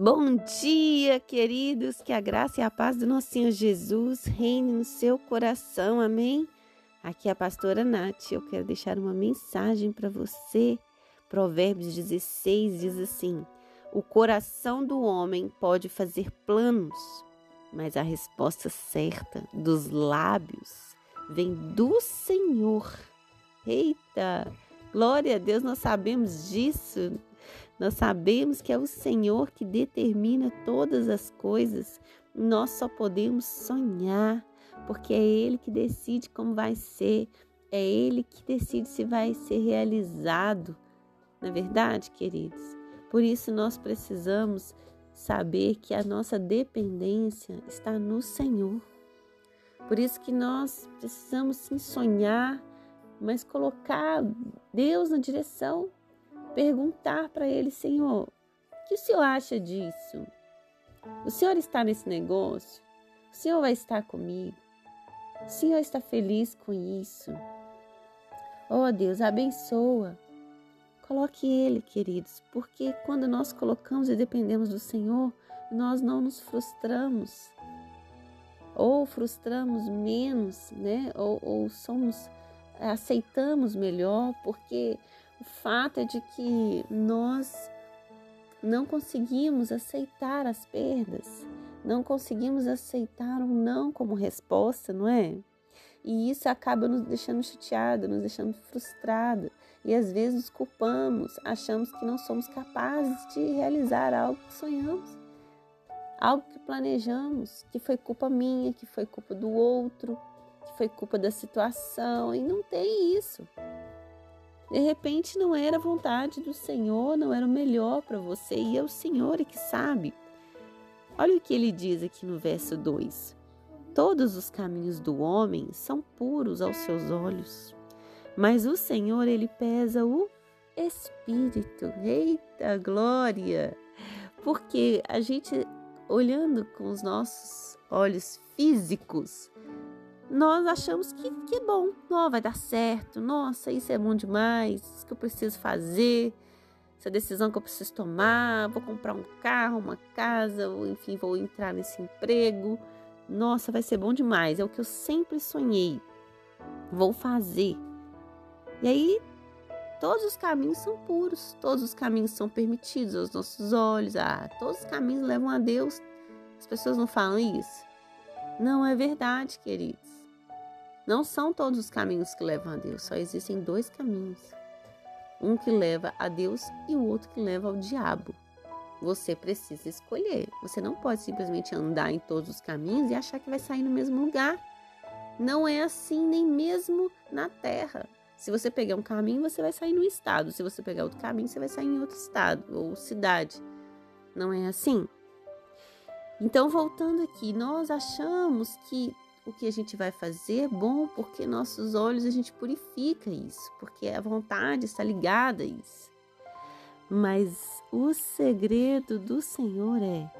Bom dia, queridos, que a graça e a paz do nosso Senhor Jesus reine no seu coração, amém? Aqui é a pastora Nath, eu quero deixar uma mensagem para você. Provérbios 16 diz assim: o coração do homem pode fazer planos, mas a resposta certa dos lábios vem do Senhor. Eita, glória a Deus, nós sabemos disso. Nós sabemos que é o Senhor que determina todas as coisas. Nós só podemos sonhar, porque é Ele que decide como vai ser. É Ele que decide se vai ser realizado. Não é verdade, queridos? Por isso nós precisamos saber que a nossa dependência está no Senhor. Por isso que nós precisamos sim sonhar, mas colocar Deus na direção. Perguntar para Ele: Senhor, o que o Senhor acha disso? O Senhor está nesse negócio? O Senhor vai estar comigo? O Senhor está feliz com isso? Oh Deus, abençoa. Coloque Ele, queridos, porque quando nós colocamos e dependemos do Senhor, nós não nos frustramos. Ou frustramos menos, né? Ou aceitamos melhor, porque o fato é de que nós não conseguimos aceitar as perdas, não conseguimos aceitar um não como resposta, não é? E isso acaba nos deixando chateada, nos deixando frustrada. E às vezes nos culpamos, achamos que não somos capazes de realizar algo que sonhamos, algo que planejamos, que foi culpa minha, que foi culpa do outro, que foi culpa da situação, e não tem isso. De repente não era a vontade do Senhor, não era o melhor para você, e é o Senhor que sabe. Olha o que ele diz aqui no verso 2. Todos os caminhos do homem são puros aos seus olhos, mas o Senhor, ele pesa o espírito. Eita, glória! Porque a gente, olhando com os nossos olhos físicos, nós achamos que é bom, vai dar certo, nossa, isso é bom demais, isso que eu preciso fazer, essa decisão que eu preciso tomar, vou comprar um carro, uma casa, ou enfim, vou entrar nesse emprego, nossa, vai ser bom demais, é o que eu sempre sonhei, vou fazer. E aí, todos os caminhos são puros, todos os caminhos são permitidos aos nossos olhos, todos os caminhos levam a Deus. As pessoas não falam isso? Não é verdade, queridos. Não são todos os caminhos que levam a Deus, só existem dois caminhos. Um que leva a Deus e o outro que leva ao diabo. Você precisa escolher. Você não pode simplesmente andar em todos os caminhos e achar que vai sair no mesmo lugar. Não é assim nem mesmo na terra. Se você pegar um caminho, você vai sair num estado. Se você pegar outro caminho, você vai sair em outro estado ou cidade. Não é assim? Então, voltando aqui, nós achamos que o que a gente vai fazer é bom porque nossos olhos a gente purifica isso, porque a vontade está ligada a isso. Mas o segredo do Senhor é: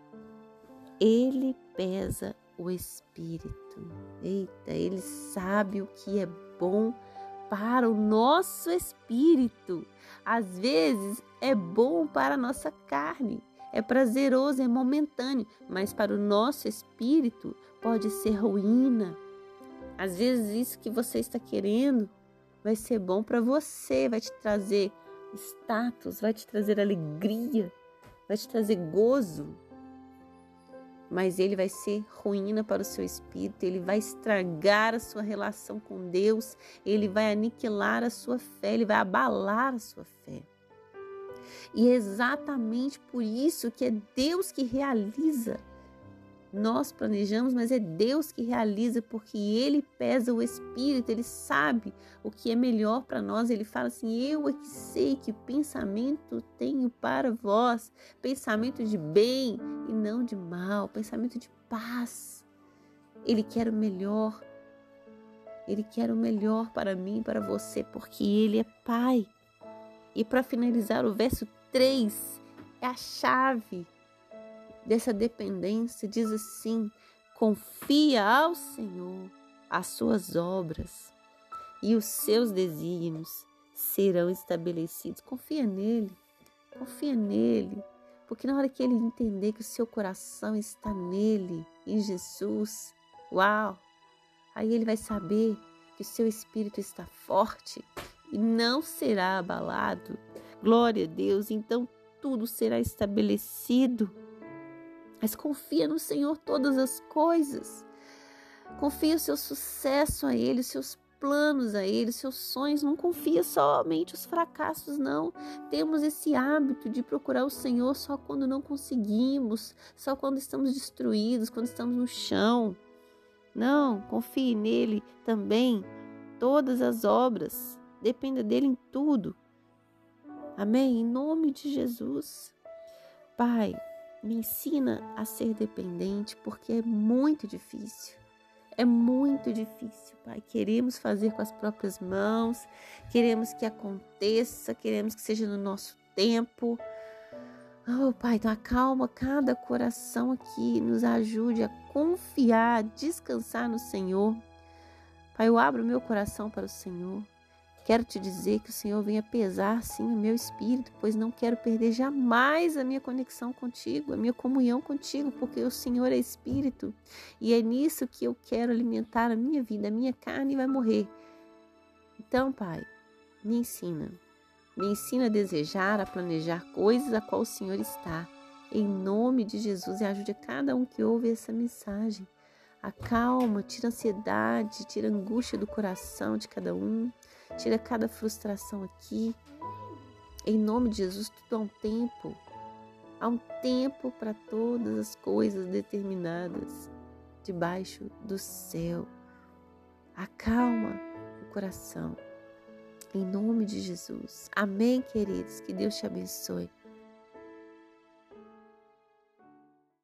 Ele pesa o espírito. Eita, Ele sabe o que é bom para o nosso espírito. Às vezes é bom para a nossa carne. É prazeroso, é momentâneo, mas para o nosso espírito pode ser ruína. Às vezes isso que você está querendo vai ser bom para você, vai te trazer status, vai te trazer alegria, vai te trazer gozo. Mas ele vai ser ruína para o seu espírito, ele vai estragar a sua relação com Deus, ele vai aniquilar a sua fé, ele vai abalar a sua fé. E é exatamente por isso que é Deus que realiza. Nós planejamos, mas é Deus que realiza, porque Ele pesa o espírito, Ele sabe o que é melhor para nós. Ele fala assim: eu é que sei que pensamento tenho para vós, pensamento de bem e não de mal, pensamento de paz. Ele quer o melhor, Ele quer o melhor para mim e para você, porque Ele é Pai. E para finalizar, o verso 3 é a chave dessa dependência. Diz assim: confia ao Senhor as suas obras e os seus desígnios serão estabelecidos. Confia nele, Porque na hora que ele entender que o seu coração está nele, em Jesus, uau! Aí ele vai saber que o seu espírito está forte e não será abalado. Glória a Deus, então tudo será estabelecido. Mas confia no Senhor todas as coisas. Confia o seu sucesso a Ele, os seus planos a Ele, os seus sonhos. Não confia somente os fracassos, não. Temos esse hábito de procurar o Senhor só quando não conseguimos, só quando estamos destruídos, quando estamos no chão. Não, confie nele também. Todas as obras, dependa dele em tudo. Amém? Em nome de Jesus. Pai, me ensina a ser dependente, porque é muito difícil. É muito difícil, Pai. Queremos fazer com as próprias mãos, queremos que aconteça, queremos que seja no nosso tempo. Oh, Pai, então acalma cada coração aqui, nos ajude a confiar, a descansar no Senhor. Pai, eu abro meu coração para o Senhor. Quero te dizer que o Senhor venha pesar, sim, o meu espírito, pois não quero perder jamais a minha conexão contigo, a minha comunhão contigo, porque o Senhor é espírito e é nisso que eu quero alimentar a minha vida, a minha carne vai morrer. Então, Pai, me ensina a desejar, a planejar coisas a qual o Senhor está. Em nome de Jesus, e ajude a cada um que ouve essa mensagem. Acalma, tira a ansiedade, tira a angústia do coração de cada um. Tira cada frustração aqui. Em nome de Jesus, tudo há um tempo. Há um tempo para todas as coisas determinadas debaixo do céu. Acalma o coração. Em nome de Jesus. Amém, queridos. Que Deus te abençoe.